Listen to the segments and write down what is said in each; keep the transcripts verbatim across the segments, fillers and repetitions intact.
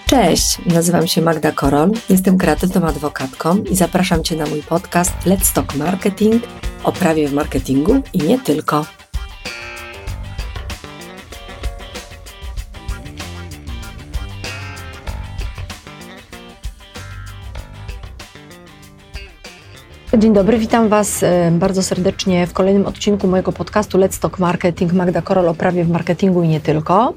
Cześć, nazywam się Magda Korol, jestem kreatywną adwokatką i zapraszam Cię na mój podcast Let's Talk Marketing o prawie w marketingu i nie tylko. Dzień dobry, witam Was bardzo serdecznie w kolejnym odcinku mojego podcastu Let's Talk Marketing Magda Korol o prawie w marketingu i nie tylko.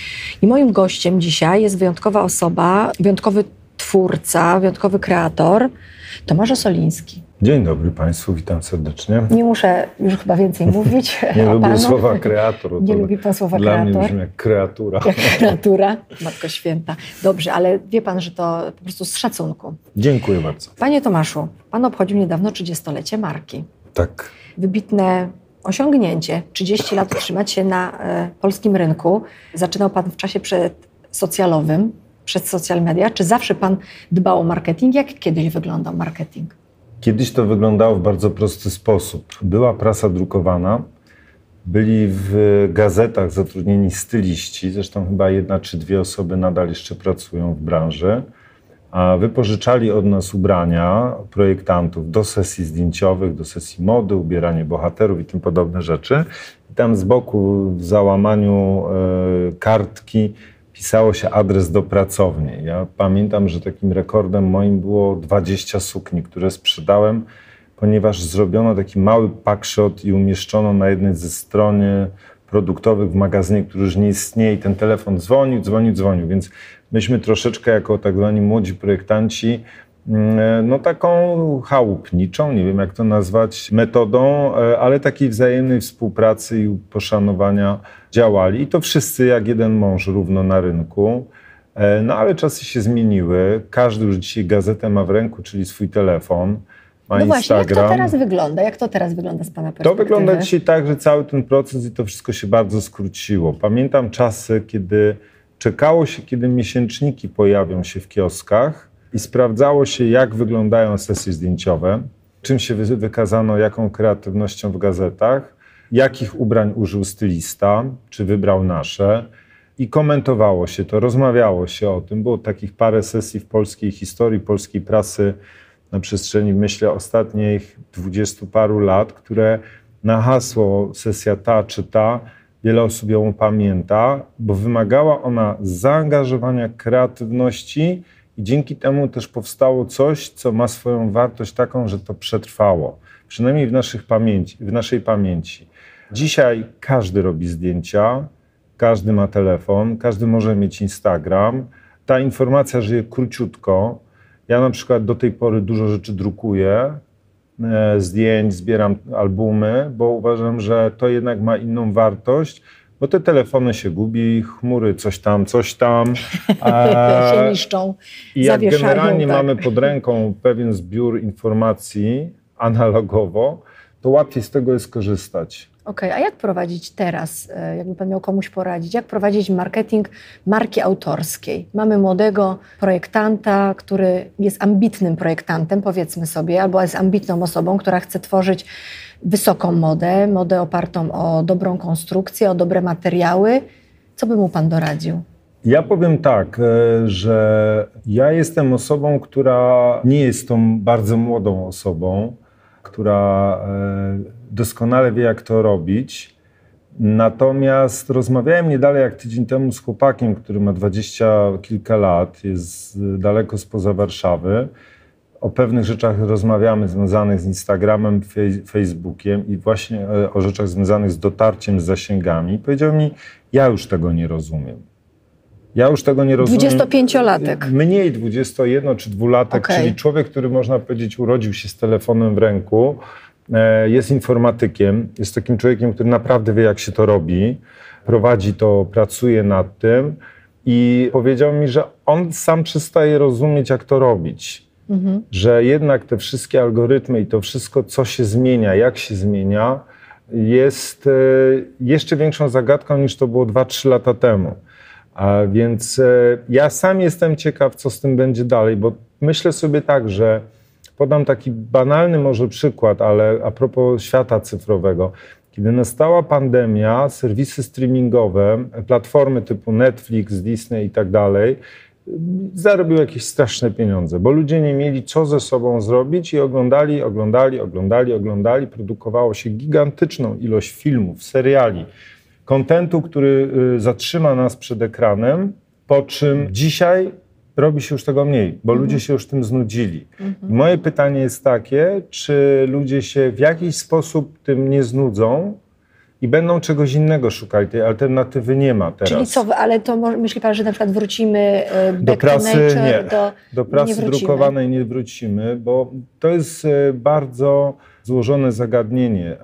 I moim gościem dzisiaj jest wyjątkowa osoba, wyjątkowy twórca, wyjątkowy kreator, Tomasz Osoliński. Dzień dobry Państwu, witam serdecznie. Nie muszę już chyba więcej mówić Nie o lubię panu. słowa kreator. Nie lubi Pan słowa dla kreator. Dla mnie brzmi jak kreatura. Jak kreatura, Matko Święta. Dobrze, ale wie Pan, że to po prostu z szacunku. Dziękuję bardzo. Panie Tomaszu, Pan obchodził niedawno trzydziestolecie marki. Tak. Wybitne osiągnięcie. trzydzieści lat utrzymać się na e, polskim rynku. Zaczynał Pan w czasie przedsocjalowym, przez social media. Czy zawsze Pan dbał o marketing? Jak kiedyś wyglądał marketing? Kiedyś to wyglądało w bardzo prosty sposób. Była prasa drukowana, byli w gazetach zatrudnieni styliści, zresztą chyba jedna czy dwie osoby nadal jeszcze pracują w branży, a wypożyczali od nas ubrania projektantów do sesji zdjęciowych, do sesji mody, ubieranie bohaterów i tym podobne rzeczy. I tam z boku w załamaniu y, kartki pisało się adres do pracowni. Ja pamiętam, że takim rekordem moim było dwadzieścia sukni, które sprzedałem, ponieważ zrobiono taki mały packshot i umieszczono na jednej ze stron produktowych w magazynie, który już nie istnieje, i ten telefon dzwonił, dzwonił, dzwonił, więc myśmy troszeczkę jako tak zwani młodzi projektanci no taką chałupniczą, nie wiem jak to nazwać, metodą, ale takiej wzajemnej współpracy i poszanowania działali. I to wszyscy jak jeden mąż równo na rynku. No ale czasy się zmieniły. Każdy już dzisiaj gazetę ma w ręku, czyli swój telefon. Ma no właśnie, Instagram. jak to teraz wygląda? Jak to teraz wygląda z Pana perspektywy? To wygląda dzisiaj tak, że cały ten proces i to wszystko się bardzo skróciło. Pamiętam czasy, kiedy czekało się, kiedy miesięczniki pojawią się w kioskach i sprawdzało się, jak wyglądają sesje zdjęciowe, czym się wykazano, jaką kreatywnością w gazetach, jakich ubrań użył stylista, czy wybrał nasze. I komentowało się to, rozmawiało się o tym. Było takich parę sesji w polskiej historii, polskiej prasy na przestrzeni, myślę, ostatnich dwudziestu paru lat, które na hasło sesja ta czy ta, wiele osób ją pamięta, bo wymagała ona zaangażowania, kreatywności i dzięki temu też powstało coś, co ma swoją wartość taką, że to przetrwało. Przynajmniej w, naszych pamięci, w naszej pamięci. Dzisiaj każdy robi zdjęcia, każdy ma telefon, każdy może mieć Instagram. Ta informacja żyje króciutko. Ja na przykład do tej pory dużo rzeczy drukuję, e, zdjęć, zbieram albumy, bo uważam, że to jednak ma inną wartość, bo te telefony się gubi, chmury coś tam, coś tam. E, się niszczą, I jak generalnie tak. mamy pod ręką pewien zbiór informacji analogowo, to łatwiej z tego jest korzystać. Okej, okay, a jak prowadzić teraz, jakby Pan miał komuś poradzić, jak prowadzić marketing marki autorskiej? Mamy młodego projektanta, który jest ambitnym projektantem, powiedzmy sobie, albo jest ambitną osobą, która chce tworzyć wysoką modę, modę opartą o dobrą konstrukcję, o dobre materiały. Co by mu Pan doradził? Ja powiem tak, że ja jestem osobą, która nie jest tą bardzo młodą osobą, która doskonale wie, jak to robić. Natomiast rozmawiałem nie dalej jak tydzień temu z chłopakiem, który ma dwadzieścia kilka lat, jest daleko spoza Warszawy. O pewnych rzeczach rozmawiamy związanych z Instagramem, fej- Facebookiem i właśnie o rzeczach związanych z dotarciem, z zasięgami. Powiedział mi, ja już tego nie rozumiem. Ja już tego nie rozumiem. dwudziestopięciolatek. Mniej dwudziesto-jedno czy dwulatek, okay. Czyli człowiek, który można powiedzieć urodził się z telefonem w ręku, jest informatykiem, jest takim człowiekiem, który naprawdę wie, jak się to robi, prowadzi to, pracuje nad tym i powiedział mi, że on sam przestaje rozumieć, jak to robić. Mhm. Że jednak te wszystkie algorytmy i to wszystko, co się zmienia, jak się zmienia, jest jeszcze większą zagadką niż to było dwa trzy lata temu. A więc ja sam jestem ciekaw, co z tym będzie dalej, bo myślę sobie tak, że podam taki banalny może przykład, ale a propos świata cyfrowego. Kiedy nastała pandemia, serwisy streamingowe, platformy typu Netflix, Disney i tak dalej, zarobił jakieś straszne pieniądze, bo ludzie nie mieli co ze sobą zrobić i oglądali, oglądali, oglądali, oglądali. Produkowało się gigantyczną ilość filmów, seriali, kontentu, który zatrzyma nas przed ekranem, po czym dzisiaj robi się już tego mniej, bo mhm. ludzie się już tym znudzili. Mhm. Moje pytanie jest takie, czy ludzie się w jakiś sposób tym nie znudzą i będą czegoś innego szukali. Tej alternatywy nie ma teraz. Czyli co, ale to może, myśli pan, że na przykład wrócimy back do prasy, to nature, nie. Do, do prasy nie drukowanej nie wrócimy, bo to jest bardzo złożone zagadnienie.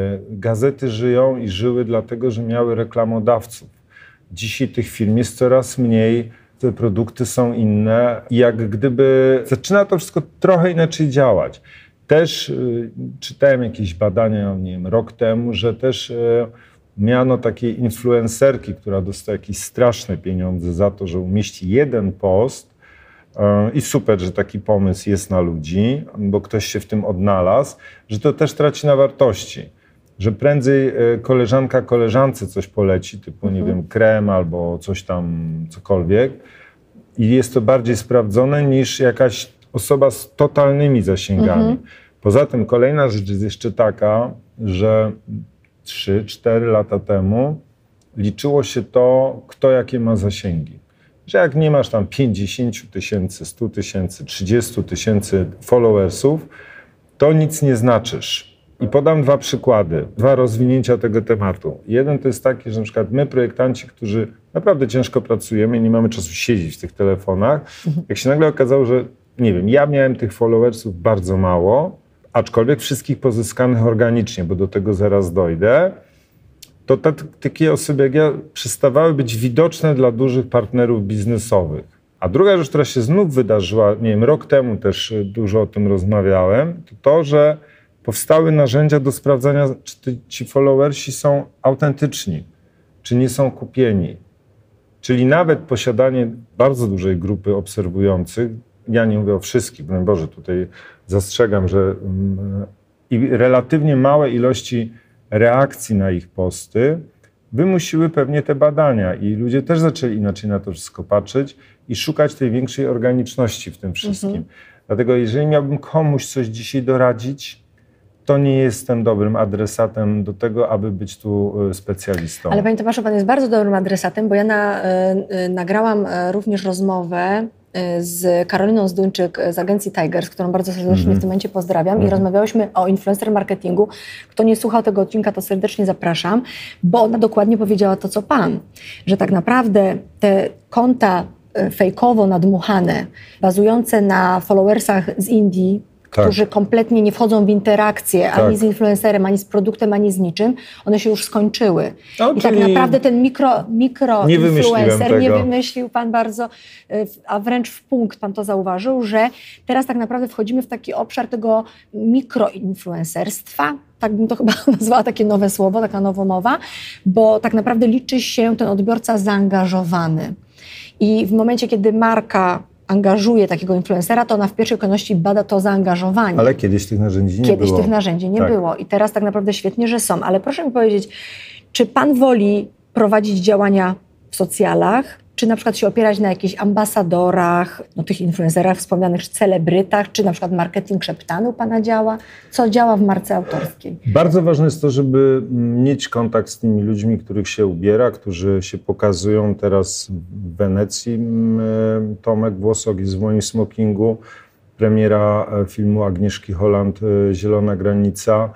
Gazety żyją i żyły dlatego, że miały reklamodawców. Dzisiaj tych firm jest coraz mniej, te produkty są inne i jak gdyby zaczyna to wszystko trochę inaczej działać. Też y, czytałem jakieś badania, nie wiem, rok temu, że też y, miano takiej influencerki, która dostała jakieś straszne pieniądze za to, że umieści jeden post y, i super, że taki pomysł jest na ludzi, bo ktoś się w tym odnalazł, że to też traci na wartości. Że prędzej y, koleżanka koleżance coś poleci, typu, nie mhm. wiem, krem albo coś tam, cokolwiek i jest to bardziej sprawdzone niż jakaś osoba z totalnymi zasięgami. Mhm. Poza tym kolejna rzecz jest jeszcze taka, że trzy cztery lata temu liczyło się to, kto jakie ma zasięgi. Że jak nie masz tam pięćdziesiąt tysięcy, sto tysięcy, trzydzieści tysięcy followersów, to nic nie znaczysz. I podam dwa przykłady, dwa rozwinięcia tego tematu. Jeden to jest taki, że na przykład my, projektanci, którzy naprawdę ciężko pracujemy i nie mamy czasu siedzieć w tych telefonach, jak się nagle okazało, że nie wiem, ja miałem tych followersów bardzo mało, aczkolwiek wszystkich pozyskanych organicznie, bo do tego zaraz dojdę, to te, takie osoby jak ja przestawały być widoczne dla dużych partnerów biznesowych. A druga rzecz, która się znów wydarzyła, nie wiem, rok temu też dużo o tym rozmawiałem, to to, że powstały narzędzia do sprawdzania, czy ci followersi są autentyczni, czy nie są kupieni. Czyli nawet posiadanie bardzo dużej grupy obserwujących, ja nie mówię o wszystkich, broń Boże, tutaj zastrzegam, że i relatywnie małe ilości reakcji na ich posty wymusiły pewnie te badania i ludzie też zaczęli inaczej na to wszystko patrzeć i szukać tej większej organiczności w tym wszystkim. Mhm. Dlatego jeżeli miałbym komuś coś dzisiaj doradzić, to nie jestem dobrym adresatem do tego, aby być tu specjalistą. Ale panie Tomaszu, pan jest bardzo dobrym adresatem, bo ja na, y, nagrałam również rozmowę z Karoliną Zduńczyk z agencji Tigers, którą bardzo serdecznie mm-hmm. w tym momencie pozdrawiam mm-hmm. i rozmawiałyśmy o influencer marketingu. Kto nie słuchał tego odcinka, to serdecznie zapraszam, bo ona dokładnie powiedziała to, co pan, że tak naprawdę te konta fejkowo nadmuchane, bazujące na followersach z Indii, tak. którzy kompletnie nie wchodzą w interakcję tak. ani z influencerem, ani z produktem, ani z niczym, one się już skończyły. No, I tak naprawdę ten mikro, mikro nie influencer, nie wymyślił pan bardzo, a wręcz w punkt pan to zauważył, że teraz tak naprawdę wchodzimy w taki obszar tego mikroinfluencerstwa, tak bym to chyba nazwała, takie nowe słowo, taka nowomowa, bo tak naprawdę liczy się ten odbiorca zaangażowany. I w momencie, kiedy marka angażuje takiego influencera, to ona w pierwszej kolejności bada to zaangażowanie. Ale kiedyś tych narzędzi nie kiedyś było. Kiedyś tych narzędzi nie tak. było i teraz tak naprawdę świetnie, że są. Ale proszę mi powiedzieć, czy pan woli prowadzić działania w socjalach, czy na przykład się opierać na jakichś ambasadorach, no, tych influencerach wspomnianych, celebrytach, czy na przykład marketing szeptany u pana działa? Co działa w marce autorskiej? Bardzo ważne jest to, żeby mieć kontakt z tymi ludźmi, których się ubiera, którzy się pokazują teraz w Wenecji. Tomek Włosok jest w moim smokingu, premiera filmu Agnieszki Holland Zielona granica.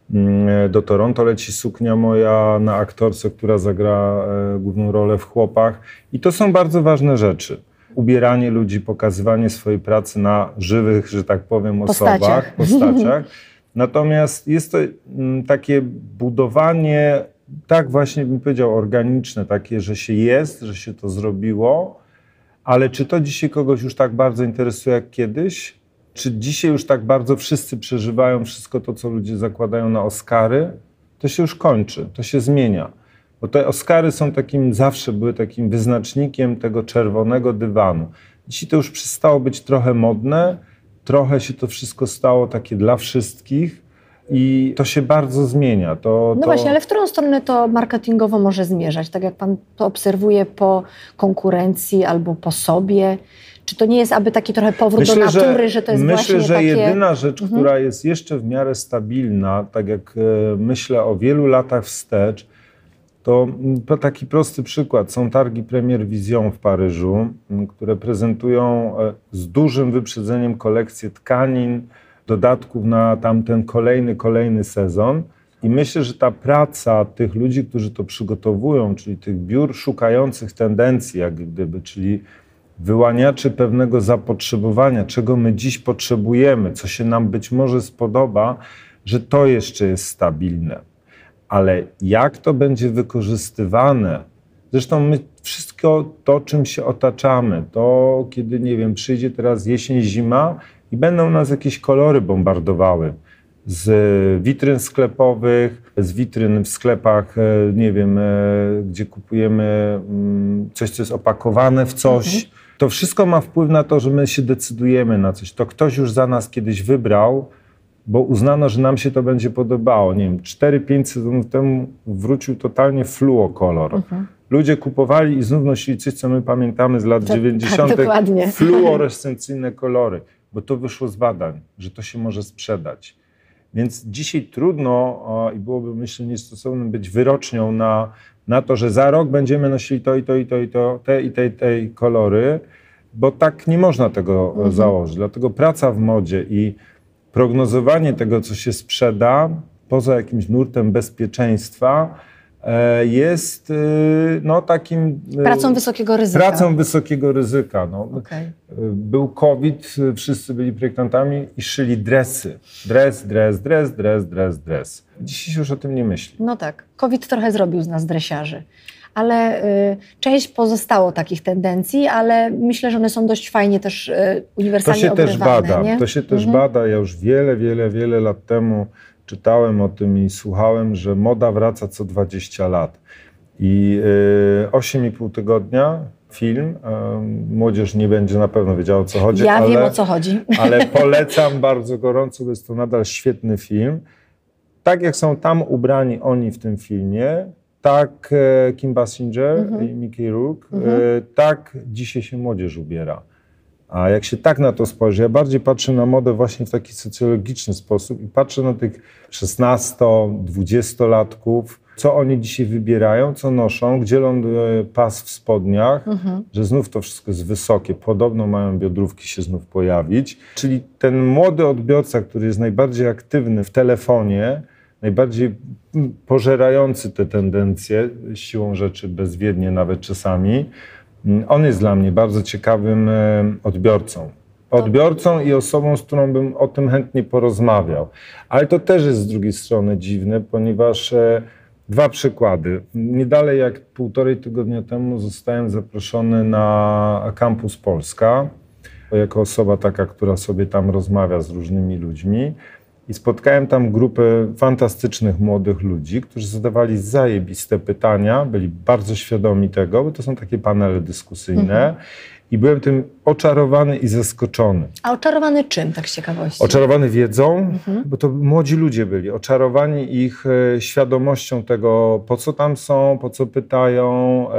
Do Toronto leci suknia moja na aktorce, która zagra e, główną rolę w Chłopach. I to są bardzo ważne rzeczy. Ubieranie ludzi, pokazywanie swojej pracy na żywych, że tak powiem, osobach, postaciach. postaciach. Natomiast jest to m, takie budowanie, tak właśnie bym powiedział, organiczne, takie, że się jest, że się to zrobiło, ale czy to dzisiaj kogoś już tak bardzo interesuje jak kiedyś? Czy dzisiaj już tak bardzo wszyscy przeżywają wszystko to, co ludzie zakładają na Oscary? To się już kończy, to się zmienia. Bo te Oscary są takim, zawsze były takim wyznacznikiem tego czerwonego dywanu. Dzisiaj to już przestało być trochę modne, trochę się to wszystko stało takie dla wszystkich I to się bardzo zmienia. To, no to... właśnie, ale w którą stronę to marketingowo może zmierzać? Tak jak pan to obserwuje po konkurencji albo po sobie? Czy to nie jest aby taki trochę powrót myślę, do natury, że, że to jest myślę, właśnie że takie... jedyna rzecz, mhm. która jest jeszcze w miarę stabilna, tak jak e, myślę o wielu latach wstecz, to, to taki prosty przykład. Są targi Premier Vision w Paryżu, które prezentują e, z dużym wyprzedzeniem kolekcję tkanin, dodatków na tamten kolejny, kolejny sezon. I myślę, że ta praca tych ludzi, którzy to przygotowują, czyli tych biur szukających tendencji, jak gdyby, czyli wyłaniaczy pewnego zapotrzebowania, czego my dziś potrzebujemy, co się nam być może spodoba, że to jeszcze jest stabilne. Ale jak to będzie wykorzystywane? Zresztą my wszystko to, czym się otaczamy, to kiedy, nie wiem, przyjdzie teraz jesień, zima i będą nas jakieś kolory bombardowały z witryn sklepowych, z witryn w sklepach, nie wiem, gdzie kupujemy coś, co jest opakowane w coś. Mhm. To wszystko ma wpływ na to, że my się decydujemy na coś. To ktoś już za nas kiedyś wybrał, bo uznano, że nam się to będzie podobało. Nie wiem, cztery pięć sezonów temu wrócił totalnie fluokolor. Mhm. Ludzie kupowali i znów nosili coś, co my pamiętamy z lat tak, dziewięćdziesiątych. Tak, fluorescencyjne kolory, bo to wyszło z badań, że to się może sprzedać. Więc dzisiaj trudno i byłoby, myślę, niestosownym być wyrocznią na, na to, że za rok będziemy nosili to i to i to i to, te i te, te kolory, bo tak nie można tego mhm. założyć. Dlatego praca w modzie i prognozowanie tego, co się sprzeda, poza jakimś nurtem bezpieczeństwa, jest no, takim... Pracą wysokiego ryzyka. Pracą wysokiego ryzyka. No. Okay. Był COVID, wszyscy byli projektantami i szyli dresy. Dres, dres, dres, dres, dres, dres. Dzisiaj się już o tym nie myśli. No tak. COVID trochę zrobił z nas dresiarzy. Ale y, część pozostało takich tendencji, ale myślę, że one są dość fajnie też y, uniwersalnie To się ogrywane, też bada. nie? To się też mhm. bada. Ja już wiele, wiele, wiele lat temu czytałem o tym i słuchałem, że moda wraca co dwadzieścia lat. I osiem i pół tygodnia film. Młodzież nie będzie na pewno wiedziała, o co chodzi. Ja ale, wiem, o co chodzi. Ale polecam bardzo gorąco, bo jest to nadal świetny film. Tak jak są tam ubrani oni w tym filmie, tak Kim Basinger mhm. i Mickey Rourke, mhm. tak dzisiaj się młodzież ubiera. A jak się tak na to spojrzy, ja bardziej patrzę na modę właśnie w taki socjologiczny sposób i patrzę na tych szesnasto-, dwudziestolatków, co oni dzisiaj wybierają, co noszą, gdzie ląduje pas w spodniach, mhm. że znów to wszystko jest wysokie, podobno mają biodrówki się znów pojawić. Czyli ten młody odbiorca, który jest najbardziej aktywny w telefonie, najbardziej pożerający te tendencje, siłą rzeczy bezwiednie nawet czasami, on jest dla mnie bardzo ciekawym odbiorcą. Odbiorcą i osobą, z którą bym o tym chętnie porozmawiał. Ale to też jest z drugiej strony dziwne, ponieważ dwa przykłady. Nie dalej jak półtorej tygodnia temu zostałem zaproszony na Campus Polska, jako osoba taka, która sobie tam rozmawia z różnymi ludźmi. I spotkałem tam grupę fantastycznych młodych ludzi, którzy zadawali zajebiste pytania, byli bardzo świadomi tego, bo to są takie panele dyskusyjne. Mhm. I byłem tym oczarowany i zaskoczony. A oczarowany czym, tak z ciekawości? Oczarowany wiedzą, mhm. bo to młodzi ludzie byli. Oczarowani ich e, świadomością tego, po co tam są, po co pytają,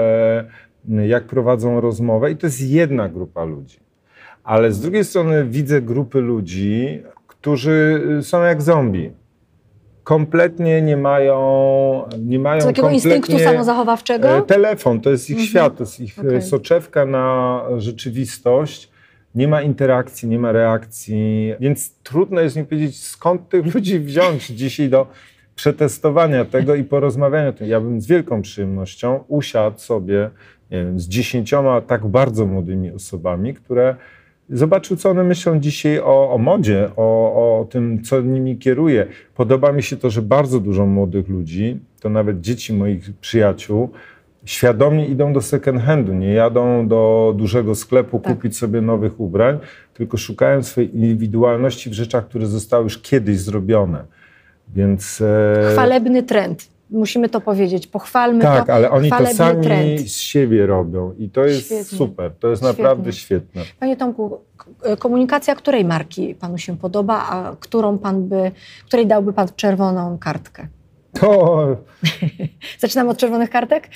e, jak prowadzą rozmowę. I to jest jedna grupa ludzi. Ale z drugiej strony widzę grupy ludzi, którzy są jak zombie. Kompletnie nie mają... Nie mają z takiego instynktu samozachowawczego? Telefon, to jest ich mhm. świat, to jest ich okay. soczewka na rzeczywistość. Nie ma interakcji, nie ma reakcji, więc trudno jest mi powiedzieć, skąd tych ludzi wziąć dzisiaj do przetestowania tego i porozmawiania o tym. Ja bym z wielką przyjemnością usiadł sobie, nie wiem, z dziesięcioma tak bardzo młodymi osobami, które zobaczył, co one myślą dzisiaj o, o modzie, o, o tym, co nimi kieruje. Podoba mi się to, że bardzo dużo młodych ludzi, to nawet dzieci moich przyjaciół, świadomie idą do second handu, nie jadą do dużego sklepu tak. kupić sobie nowych ubrań, tylko szukają swojej indywidualności w rzeczach, które zostały już kiedyś zrobione. Więc, chwalebny trend. Musimy to powiedzieć, pochwalmy tak, to. Tak, ale oni to sami trend. z siebie robią i to jest świetnie. Super, to jest świetnie. Naprawdę świetne. Panie Tomku, komunikacja której marki panu się podoba, a którą pan by, której dałby pan czerwoną kartkę? To... Zaczynamy od czerwonych kartek?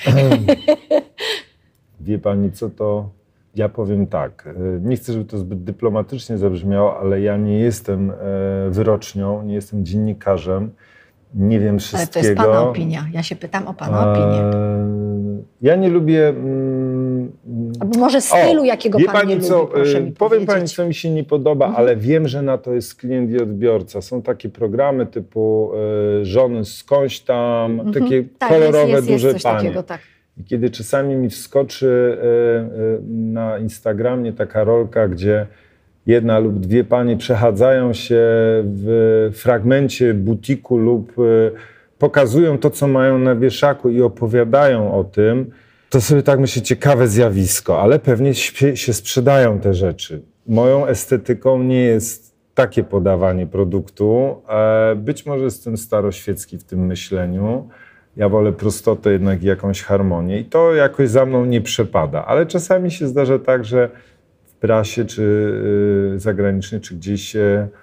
Wie pani co, to ja powiem tak, nie chcę, żeby to zbyt dyplomatycznie zabrzmiało, ale ja nie jestem wyrocznią, nie jestem dziennikarzem, nie wiem wszystkiego. Ale to jest pana opinia, ja się pytam o pana opinię. Ja nie lubię... Albo może stylu, o, jakiego pan pani nie co, lubi, proszę mi powiem powiedzieć. pani, co mi się nie podoba, mhm. ale wiem, że na to jest klient i odbiorca. Są takie programy typu y, żony skądś tam, mhm. takie tak, kolorowe, jest, jest, duże jest coś panie. Takiego, tak. I kiedy czasami mi wskoczy y, y, na Instagramie taka rolka, gdzie jedna lub dwie panie przechadzają się w fragmencie butiku lub y, pokazują to, co mają na wieszaku i opowiadają o tym, to sobie tak myślę, ciekawe zjawisko, ale pewnie się sprzedają te rzeczy. Moją estetyką nie jest takie podawanie produktu. Być może jestem staroświecki w tym myśleniu. Ja wolę prostotę jednak i jakąś harmonię i to jakoś za mną nie przepada. Ale czasami się zdarza tak, że w prasie czy zagranicznej, czy gdzieś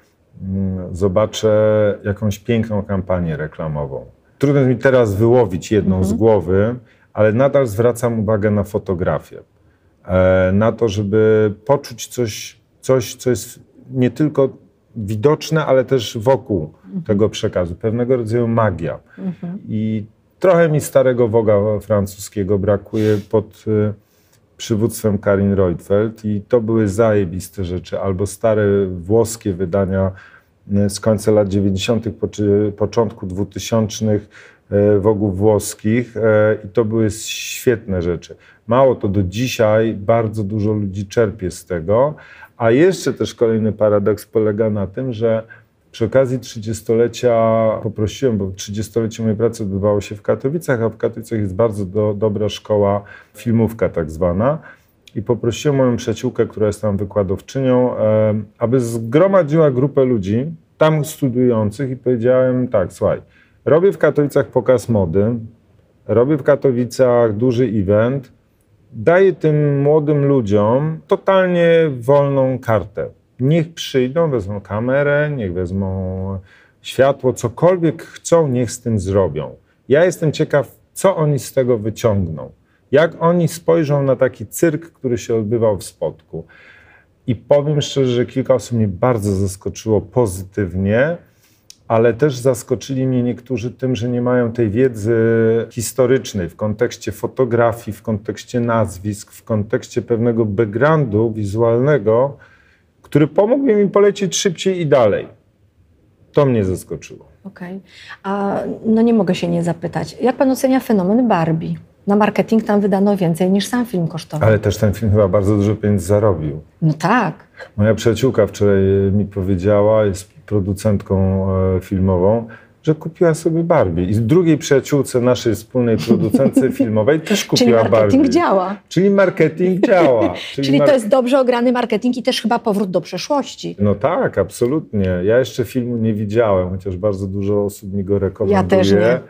zobaczę jakąś piękną kampanię reklamową. Trudno mi teraz wyłowić jedną mhm. z głowy, ale nadal zwracam uwagę na fotografię. Na to, żeby poczuć coś, coś co jest nie tylko widoczne, ale też wokół mhm. tego przekazu. Pewnego rodzaju magia. Mhm. I trochę mi starego Vogue'a francuskiego brakuje pod przywództwem Karin Reutefeldt i to były zajebiste rzeczy. Albo stare włoskie wydania z końca lat dziewięćdziesiątych, początku dwutysięcznych Vogue'ów włoskich i to były świetne rzeczy. Mało to, do dzisiaj bardzo dużo ludzi czerpie z tego, a jeszcze też kolejny paradoks polega na tym, że przy okazji trzydziestolecia poprosiłem, bo trzydziestolecie mojej pracy odbywało się w Katowicach, a w Katowicach jest bardzo do, dobra szkoła, filmówka tak zwana. I poprosiłem moją przyjaciółkę, która jest tam wykładowczynią, aby zgromadziła grupę ludzi tam studiujących i powiedziałem tak, słuchaj, robię w Katowicach pokaz mody, robię w Katowicach duży event, daję tym młodym ludziom totalnie wolną kartę. Niech przyjdą, wezmą kamerę, niech wezmą światło, cokolwiek chcą, niech z tym zrobią. Ja jestem ciekaw, co oni z tego wyciągną. Jak oni spojrzą na taki cyrk, który się odbywał w Spodku. I powiem szczerze, że kilka osób mnie bardzo zaskoczyło pozytywnie, ale też zaskoczyli mnie niektórzy tym, że nie mają tej wiedzy historycznej w kontekście fotografii, w kontekście nazwisk, w kontekście pewnego backgroundu wizualnego, który pomógł mi polecieć szybciej i dalej. To mnie zaskoczyło. Okej. Okay. A no nie mogę się nie zapytać, jak pan ocenia fenomen Barbie? Na marketing tam wydano więcej niż sam film kosztował. Ale też ten film chyba bardzo dużo pieniędzy zarobił. No tak. Moja przyjaciółka wczoraj mi powiedziała, jest producentką filmową, że kupiła sobie Barbie. I z drugiej przyjaciółce naszej wspólnej producentce filmowej też kupiła Barbie. Czyli marketing Barbie. działa. Czyli marketing działa. Czyli, Czyli mar- to jest dobrze ograny marketing i też chyba powrót do przeszłości. No tak, absolutnie. Ja jeszcze filmu nie widziałem, chociaż bardzo dużo osób mi go rekomenduje. Ja też nie.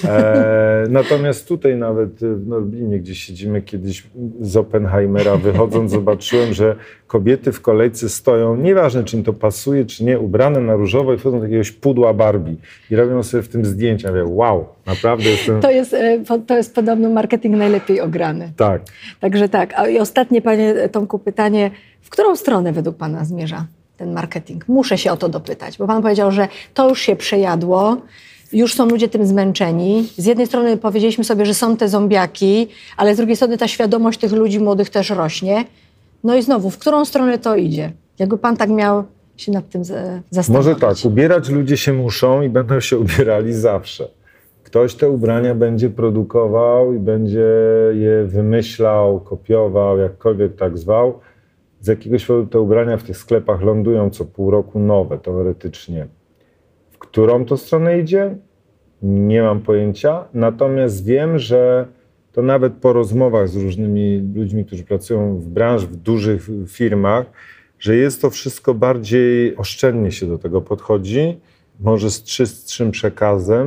E, natomiast tutaj nawet w Norblinie, gdzie siedzimy kiedyś z Oppenheimera, wychodząc zobaczyłem, że kobiety w kolejce stoją, nieważne czy im to pasuje, czy nie, ubrane na różowo i wchodzą do jakiegoś pudła Barbie i robią sobie w tym zdjęcia. Ja mówię, wow, naprawdę jestem... To jest, to jest podobno marketing najlepiej ograny. Tak. Także tak. A i ostatnie, panie Tomku, pytanie. W którą stronę według pana zmierza ten marketing? Muszę się o to dopytać, bo pan powiedział, że to już się przejadło, już są ludzie tym zmęczeni. Z jednej strony powiedzieliśmy sobie, że są te zombiaki, ale z drugiej strony ta świadomość tych ludzi młodych też rośnie. No i znowu, w którą stronę to idzie? Jakby pan tak miał się nad tym zastanowić. Może tak, ubierać ludzie się muszą i będą się ubierali zawsze. Ktoś te ubrania będzie produkował i będzie je wymyślał, kopiował, jakkolwiek tak zwał. Z jakiegoś powodu te ubrania w tych sklepach lądują co pół roku nowe, teoretycznie. W którą to stronę idzie? Nie mam pojęcia. Natomiast wiem, że to nawet po rozmowach z różnymi ludźmi, którzy pracują w branży, w dużych firmach, że jest to wszystko bardziej oszczędnie się do tego podchodzi, może z czystszym przekazem,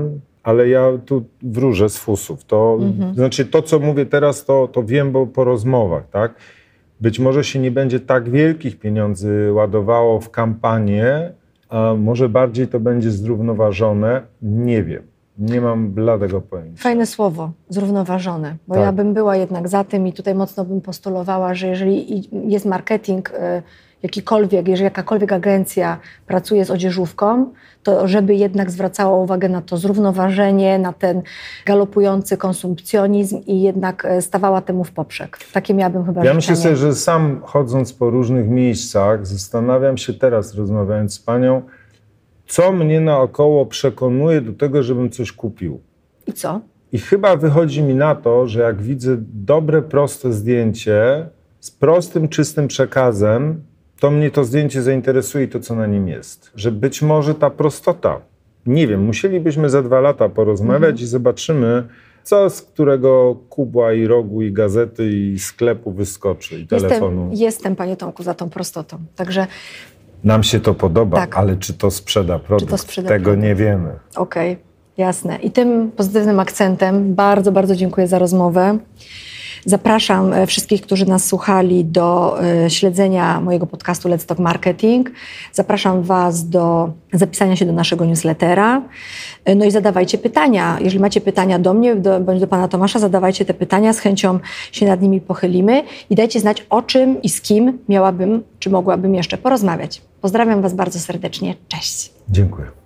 ale ja tu wróżę z fusów. To mhm. znaczy to, co mówię teraz, to, to wiem, bo po rozmowach, tak? Być może się nie będzie tak wielkich pieniędzy ładowało w kampanię, a może bardziej to będzie zrównoważone. Nie wiem. Nie mam bladego pojęcia. Fajne słowo, zrównoważone, bo tak. ja bym była jednak za tym i tutaj mocno bym postulowała, że jeżeli jest marketing jakikolwiek, jeżeli jakakolwiek agencja pracuje z odzieżówką, to żeby jednak zwracała uwagę na to zrównoważenie, na ten galopujący konsumpcjonizm i jednak stawała temu w poprzek. Takie miałabym chyba Ja życzenie. myślę sobie, że sam chodząc po różnych miejscach, zastanawiam się teraz, rozmawiając z panią, co mnie naokoło przekonuje do tego, żebym coś kupił. I co? I chyba wychodzi mi na to, że jak widzę dobre, proste zdjęcie z prostym, czystym przekazem, to mnie to zdjęcie zainteresuje i to, co na nim jest. Że być może ta prostota, nie wiem, musielibyśmy za dwa lata porozmawiać mhm. i zobaczymy, co z którego kubła i rogu i gazety i sklepu wyskoczy i telefonu. Jestem, jestem, panie Tomku, za tą prostotą. Także nam się to podoba, tak. ale czy to sprzeda produkt? To sprzeda Tego produkt? nie wiemy. Okej, okay, jasne. I tym pozytywnym akcentem bardzo, bardzo dziękuję za rozmowę. Zapraszam wszystkich, którzy nas słuchali, do śledzenia mojego podcastu Let's Talk Marketing. Zapraszam was do zapisania się do naszego newslettera. No i zadawajcie pytania. Jeżeli macie pytania do mnie do, bądź do pana Tomasza, zadawajcie te pytania. Z chęcią się nad nimi pochylimy i dajcie znać, o czym i z kim miałabym, czy mogłabym jeszcze porozmawiać. Pozdrawiam was bardzo serdecznie. Cześć. Dziękuję.